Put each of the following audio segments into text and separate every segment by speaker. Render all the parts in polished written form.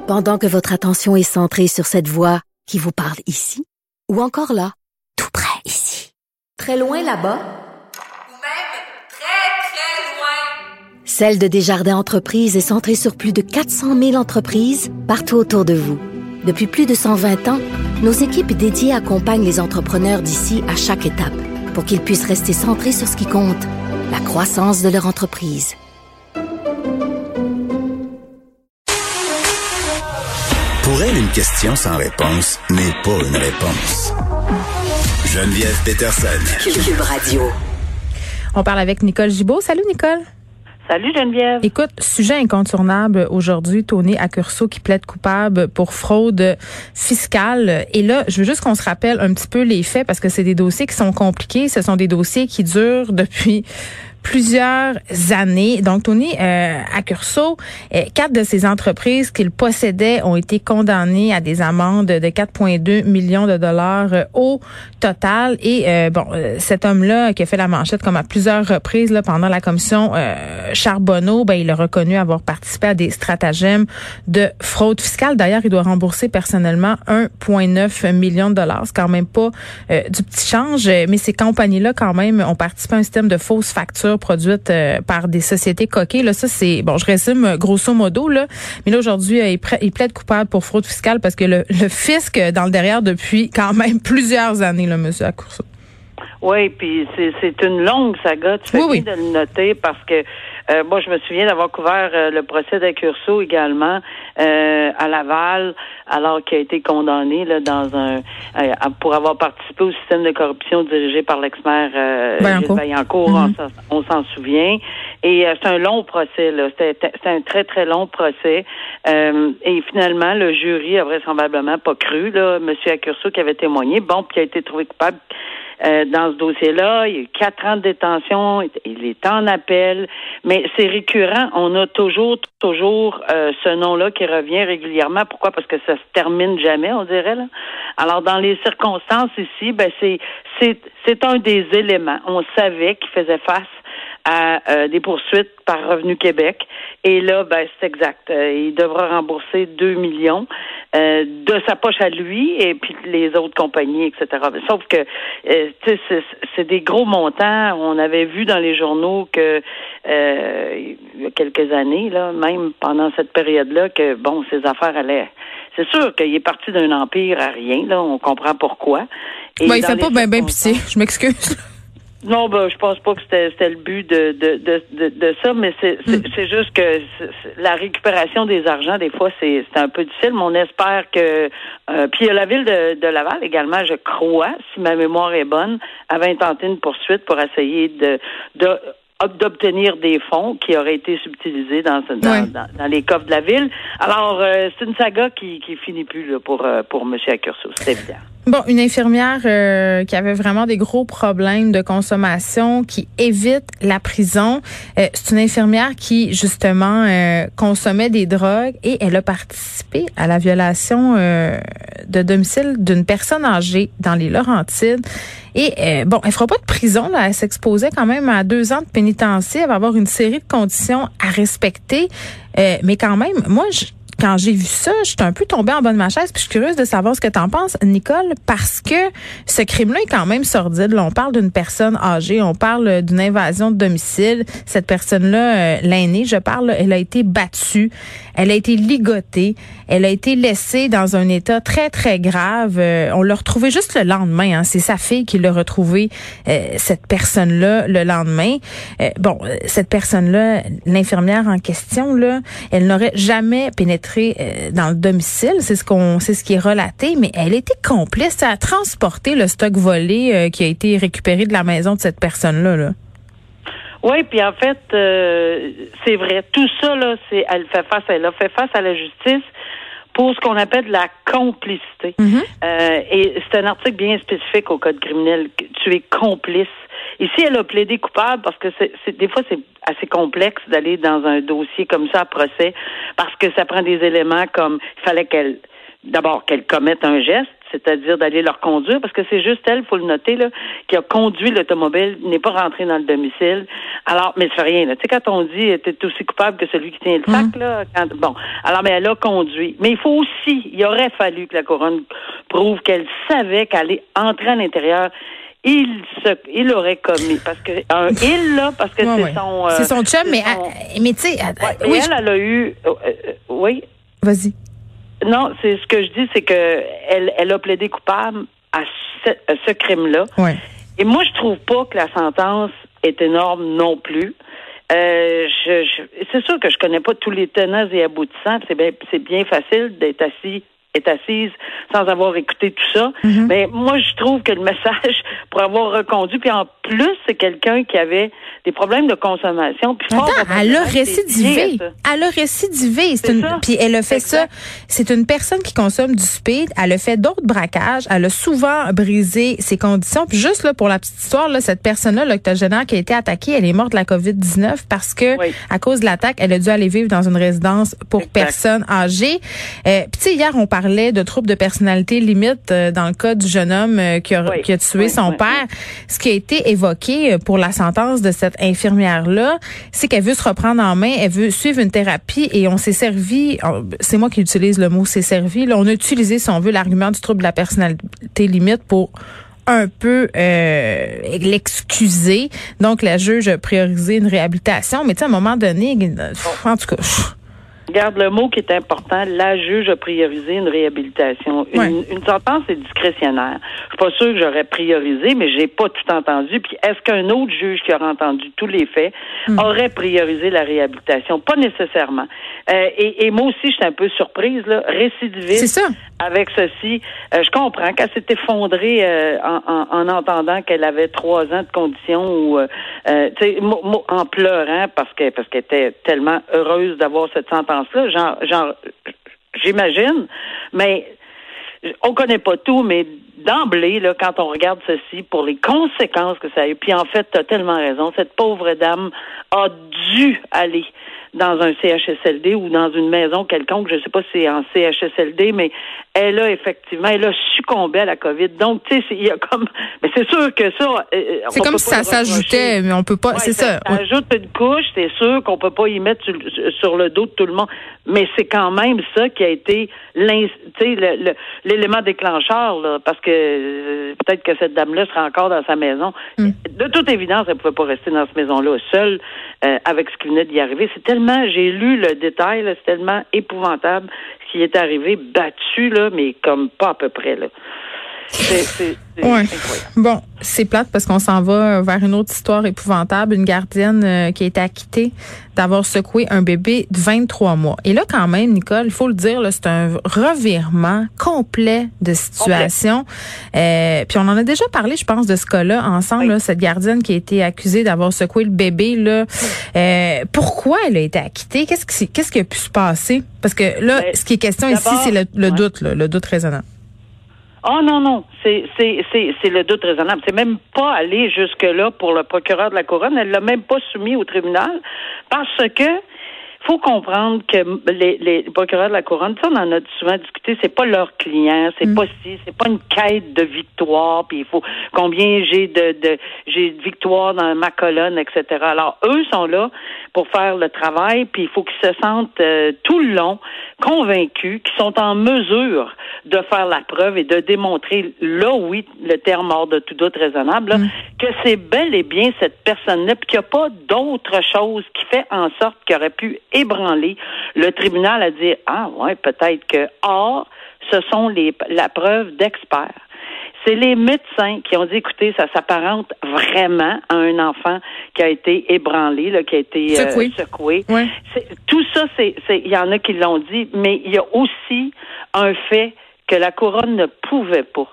Speaker 1: Pendant que votre attention est centrée sur cette voix qui vous parle ici, ou encore là, tout près ici, très loin là-bas,
Speaker 2: ou même très, très loin.
Speaker 1: Celle de Desjardins Entreprises est centrée sur plus de 400 000 entreprises partout autour de vous. Depuis plus de 120 ans, nos équipes dédiées accompagnent les entrepreneurs d'ici à chaque étape pour qu'ils puissent rester centrés sur ce qui compte, la croissance de leur entreprise.
Speaker 3: Pour elle, une question sans réponse n'est pas une réponse. Geneviève Peterson.
Speaker 4: Cube Radio.
Speaker 5: On parle avec Nicole Gibault. Salut, Nicole.
Speaker 6: Salut Geneviève.
Speaker 5: Écoute, sujet incontournable aujourd'hui, Tony Accurso qui plaide coupable pour fraude fiscale. Et là, je veux juste qu'on se rappelle un petit peu les faits parce que c'est des dossiers qui sont compliqués. Ce sont des dossiers qui durent depuis plusieurs années. Donc, Tony Accurso, 4 de ses entreprises qu'il possédait ont été condamnées à des amendes de 4,2 millions de dollars au total. Et cet homme-là qui a fait la manchette comme à plusieurs reprises là, pendant la commission Charbonneau, il a reconnu avoir participé à des stratagèmes de fraude fiscale. D'ailleurs, il doit rembourser personnellement 1,9 million de dollars. C'est quand même pas du petit change, mais ces compagnies-là, quand même, ont participé à un système de fausses factures produites par des sociétés coquées. Là, ça, c'est, je résume grosso modo, là. Mais là, aujourd'hui, il plaide coupable pour fraude fiscale parce que le fisc dans le derrière depuis quand même plusieurs années, là, monsieur Accurso.
Speaker 6: Oui, puis c'est une longue saga. Tu fais bien de le noter parce que moi, je me souviens d'avoir couvert le procès d'Accurso également à Laval, alors qu'il a été condamné là dans pour avoir participé au système de corruption dirigé par l'ex-maire Gilles Vaillancourt. Mm-hmm. On s'en souvient. Et c'est un long procès, là. C'était un très, très long procès. Et finalement, le jury a vraisemblablement pas cru, là, M. Accurso qui avait témoigné. Bon, puis il a été trouvé coupable dans ce dossier-là. Il y a eu 4 ans de détention. Il est en appel. Mais c'est récurrent. On a toujours ce nom-là qui revient régulièrement. Pourquoi? Parce que ça se termine jamais, on dirait, là. Alors, dans les circonstances ici, c'est un des éléments. On savait qu'il faisait face à des poursuites par Revenu Québec. Et là, c'est exact. Il devra rembourser 2 millions de sa poche à lui et puis les autres compagnies, etc. Sauf que, c'est des gros montants. On avait vu dans les journaux que il y a quelques années, là, même pendant cette période-là, que ces affaires allaient. C'est sûr qu'il est parti d'un empire à rien. Là, on comprend pourquoi. Et
Speaker 5: il fait pas bien pitié. Je m'excuse.
Speaker 6: Non, je pense pas que c'était le but de ça, mais c'est juste que la récupération des argents, des fois, c'est un peu difficile, mais on espère que puis il y a la ville de Laval également, je crois, si ma mémoire est bonne, avait intenté une poursuite pour essayer d'obtenir des fonds qui auraient été subtilisés dans les coffres de la ville. Alors, c'est une saga qui finit plus là, pour M. Accurso, c'est évident.
Speaker 5: Une infirmière qui avait vraiment des gros problèmes de consommation, qui évite la prison. C'est une infirmière qui, justement, consommait des drogues et elle a participé à la violation de domicile d'une personne âgée dans les Laurentides. Et elle fera pas de prison, là. Elle s'exposait quand même à 2 ans de pénitencier. Elle va avoir une série de conditions à respecter. Mais quand même, moi, quand j'ai vu ça, j'étais un peu tombée en bas de ma chaise, puis je suis curieuse de savoir ce que t'en penses, Nicole, parce que ce crime-là est quand même sordide. Là, on parle d'une personne âgée, on parle d'une invasion de domicile. Cette personne-là, l'aînée, elle a été battue, elle a été ligotée, elle a été laissée dans un état très, très grave. On l'a retrouvée juste le lendemain. Hein. C'est sa fille qui l'a retrouvée, cette personne-là, le lendemain. Cette personne-là, l'infirmière en question, là, elle n'aurait jamais pénétré dans le domicile, c'est ce qui est relaté, mais elle était complice à transporter le stock volé qui a été récupéré de la maison de cette personne-là. Là.
Speaker 6: Oui, puis en fait, c'est vrai. Tout ça, là, elle a fait face à la justice pour ce qu'on appelle de la complicité. Mm-hmm. Et c'est un article bien spécifique au Code criminel. Tu es complice. Ici, elle a plaidé coupable parce que des fois, c'est assez complexe d'aller dans un dossier comme ça à procès parce que ça prend des éléments comme il fallait qu'elle d'abord qu'elle commette un geste, c'est-à-dire d'aller leur conduire, parce que c'est juste elle, il faut le noter, là, qui a conduit l'automobile, n'est pas rentrée dans le domicile. Alors, mais ça fait rien, là. Tu sais, quand on dit t'es aussi coupable que celui qui tient le sac, là, alors, mais elle a conduit. Mais il aurait fallu que la couronne prouve qu'elle savait qu'elle est entrée à l'intérieur. Il aurait commis, parce que parce que
Speaker 5: c'est son chum, mais tu sais,
Speaker 6: oui, elle a eu, oui.
Speaker 5: Vas-y.
Speaker 6: Non, c'est ce que je dis, c'est que elle a plaidé coupable à ce crime-là.
Speaker 5: Ouais.
Speaker 6: Et moi, je trouve pas que la sentence est énorme non plus. C'est sûr que je connais pas tous les tenants et aboutissants. C'est bien facile d'être assise sans avoir écouté tout ça. Mm-hmm. Mais moi, je trouve que le message pour avoir reconduit, puis en plus, c'est quelqu'un qui avait des problèmes de consommation. Puis
Speaker 5: elle a récidivé. Puis elle a fait ça. C'est une personne qui consomme du speed. Elle a fait d'autres braquages. Elle a souvent brisé ses conditions. Puis juste là, pour la petite histoire, là, cette personne-là, l'octogénaire qui a été attaquée, elle est morte de la COVID-19 parce que, à cause de l'attaque, elle a dû aller vivre dans une résidence pour personnes âgées. Puis tu sais, hier, on parlait de troubles de personnalité limite dans le cas du jeune homme qui a tué son père. Ce qui a été évoqué pour la sentence de cette infirmière-là, c'est qu'elle veut se reprendre en main, elle veut suivre une thérapie et on s'est servi, c'est moi qui utilise le mot s'est servi, là, on a utilisé, si on veut, l'argument du trouble de la personnalité limite pour un peu l'excuser. Donc, la juge a priorisé une réhabilitation, mais tu sais, à un moment donné, en tout cas...
Speaker 6: Regarde, le mot qui est important, la juge a priorisé une réhabilitation. Une sentence est discrétionnaire. Je suis pas sûre que j'aurais priorisé, mais j'ai pas tout entendu. Puis est-ce qu'un autre juge qui aurait entendu tous les faits aurait priorisé la réhabilitation? Pas nécessairement. Et moi aussi, j'étais un peu surprise, là, récidiviste. C'est ça. Avec ceci, je comprends qu'elle s'est effondrée en entendant qu'elle avait 3 ans de conditions ou en pleurant parce qu'elle était tellement heureuse d'avoir cette sentence-là. J'imagine, mais on connaît pas tout, mais d'emblée, là, quand on regarde ceci, pour les conséquences que ça a eu, puis en fait, tu as tellement raison, cette pauvre dame a dû aller dans un CHSLD ou dans une maison quelconque, je sais pas si c'est en CHSLD, mais elle a succombé à la COVID. Donc, tu sais, il y a comme, mais c'est sûr que ça,
Speaker 5: c'est comme si ça s'ajoutait, mais on peut pas, c'est ça.
Speaker 6: Ça ajoute une couche, c'est sûr qu'on peut pas y mettre sur le dos de tout le monde, mais c'est quand même ça qui a été l'élément déclencheur, là, parce que peut-être que cette dame-là serait encore dans sa maison. De toute évidence, elle pouvait pas rester dans cette maison-là seule, avec ce qui venait d'y arriver. C'est tellement, j'ai lu le détail, là, c'est tellement épouvantable ce qui est arrivé, battu, là, mais comme pas à peu près, là. C'est incroyable.
Speaker 5: Bon, c'est plate parce qu'on s'en va vers une autre histoire épouvantable. Une gardienne qui a été acquittée d'avoir secoué un bébé de 23 mois. Et là, quand même, Nicole, il faut le dire, là, c'est un revirement complet de situation. Puis on en a déjà parlé, je pense, de ce cas-là ensemble. Là, cette gardienne qui a été accusée d'avoir secoué le bébé. Là, pourquoi elle a été acquittée? Qu'est-ce qui a pu se passer? Parce que là, ce qui est question ici, c'est le doute, là, le doute raisonnable.
Speaker 6: Oh non, c'est le doute raisonnable. C'est même pas allé jusque-là pour le procureur de la Couronne. Elle l'a même pas soumis au tribunal parce que faut comprendre que les procureurs de la Couronne, ça, on en a souvent discuté, c'est pas leur client, c'est pas une quête de victoire, puis il faut combien j'ai de victoires dans ma colonne, etc. Alors, eux sont là pour faire le travail, puis il faut qu'ils se sentent tout le long convaincus qu'ils sont en mesure de faire la preuve et de démontrer, là, oui, le terme hors de tout doute raisonnable, là, que c'est bel et bien cette personne-là, puis qu'il n'y a pas d'autre chose qui fait en sorte qu'il aurait pu ébranler le tribunal à dire, peut-être que, ce sont la preuve d'experts. C'est les médecins qui ont dit, écoutez, ça s'apparente vraiment à un enfant qui a été ébranlé, là, qui a été secoué. Ouais. Tout ça, il y en a qui l'ont dit, mais il y a aussi un fait que la Couronne ne pouvait pas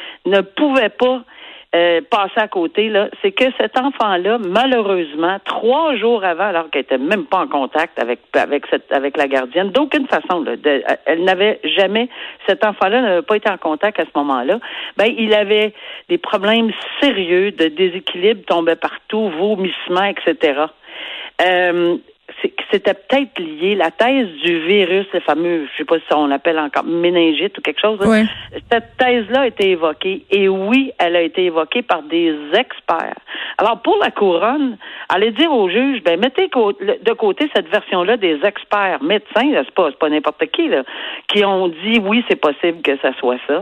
Speaker 6: passer à côté, là, c'est que cet enfant-là, malheureusement, 3 jours avant, alors qu'elle était même pas en contact avec la gardienne, d'aucune façon, là, elle n'avait jamais, cet enfant-là n'avait pas été en contact à ce moment-là, il avait des problèmes sérieux de déséquilibre, tombait partout, vomissement, etc. c'était peut-être lié, la thèse du virus, le fameux, je sais pas si on l'appelle encore méningite ou quelque chose.
Speaker 5: Oui.
Speaker 6: Cette thèse-là a été évoquée. Et oui, elle a été évoquée par des experts. Alors, pour la couronne, allez dire au juge, mettez de côté cette version-là des experts médecins, là, c'est pas n'importe qui, là, qui ont dit oui, c'est possible que ça soit ça.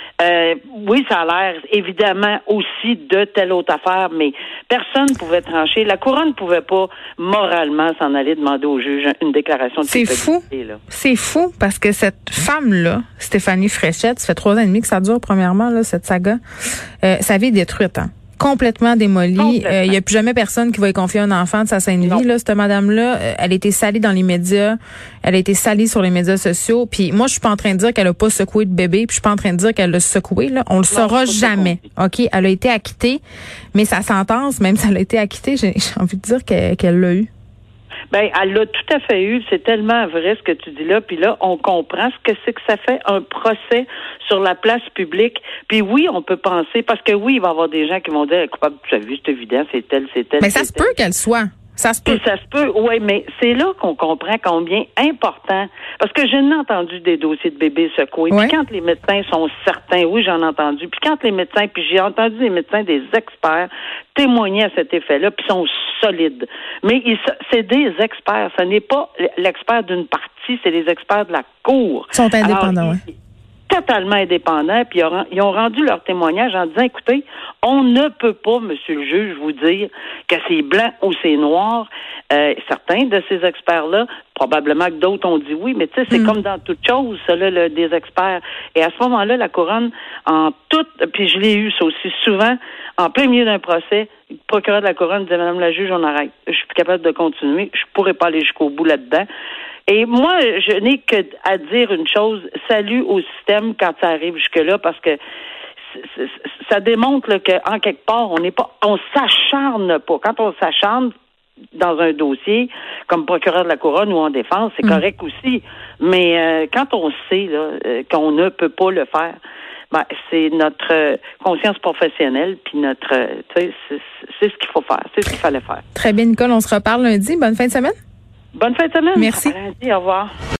Speaker 6: Oui, ça a l'air évidemment aussi de telle autre affaire, mais personne ne pouvait trancher. La couronne ne pouvait pas moralement s'en aller demander au juge une déclaration de culpabilité.
Speaker 5: C'est fou. C'est fou parce que cette femme-là, Stéphanie Fréchette, ça fait 3 ans et demi que ça dure, premièrement, là, cette saga. Sa vie est détruite, hein. Complètement démolie. Il n'y a plus jamais personne qui va y confier un enfant de sa saine vie. Là, cette madame-là, elle a été salie dans les médias. Elle a été salie sur les médias sociaux. Puis moi, je suis pas en train de dire qu'elle a pas secoué de bébé. Puis je suis pas en train de dire qu'elle l'a secoué. Là, on le saura jamais. Ok, elle a été acquittée, mais sa sentence, même si elle a été acquittée, j'ai envie de dire qu'elle l'a eu.
Speaker 6: Ben, elle l'a tout à fait eu. C'est tellement vrai ce que tu dis là. Puis là, on comprend ce que c'est que ça fait un procès sur la place publique. Puis oui, on peut penser, parce que oui, il va y avoir des gens qui vont dire, coupable, tu as vu, c'est évident, c'est tel.
Speaker 5: Mais ça se peut qu'elle soit. Ça se peut.
Speaker 6: Ça se peut, oui, mais c'est là qu'on comprend combien important. Parce que je n'ai entendu des dossiers de bébés secoués.
Speaker 5: Ouais.
Speaker 6: Puis quand les médecins sont certains, oui, j'en ai entendu. Puis quand les médecins, puis j'ai entendu des médecins, des experts témoigner à cet effet-là, puis sont solides. Mais c'est des experts. Ce n'est pas l'expert d'une partie, c'est les experts de la cour.
Speaker 5: Ils sont indépendants, oui.
Speaker 6: Totalement indépendants, puis ils ont rendu leur témoignage en disant, écoutez, on ne peut pas, monsieur le juge, vous dire que c'est blanc ou c'est noir. Certains de ces experts-là, probablement que d'autres ont dit oui, mais tu sais, c'est comme dans toute chose, ça, là, des experts. Et à ce moment-là, la couronne, puis je l'ai eu ça aussi souvent, en plein milieu d'un procès, le procureur de la couronne disait, madame la juge, on arrête. Je suis plus capable de continuer. Je pourrais pas aller jusqu'au bout là-dedans. Et moi, je n'ai que à dire une chose, salut au système quand ça arrive jusque-là, parce que ça démontre là, qu'en quelque part, on s'acharne pas. Quand on s'acharne dans un dossier, comme procureur de la couronne ou en défense, c'est correct aussi. Mais quand on sait là, qu'on ne peut pas le faire, c'est notre conscience professionnelle, puis c'est ce qu'il faut faire, c'est ce qu'il fallait faire.
Speaker 5: Très bien, Nicole, on se reparle lundi. Bonne fin de semaine.
Speaker 6: Bonne fin de semaine.
Speaker 5: Merci.
Speaker 6: À lundi, au revoir.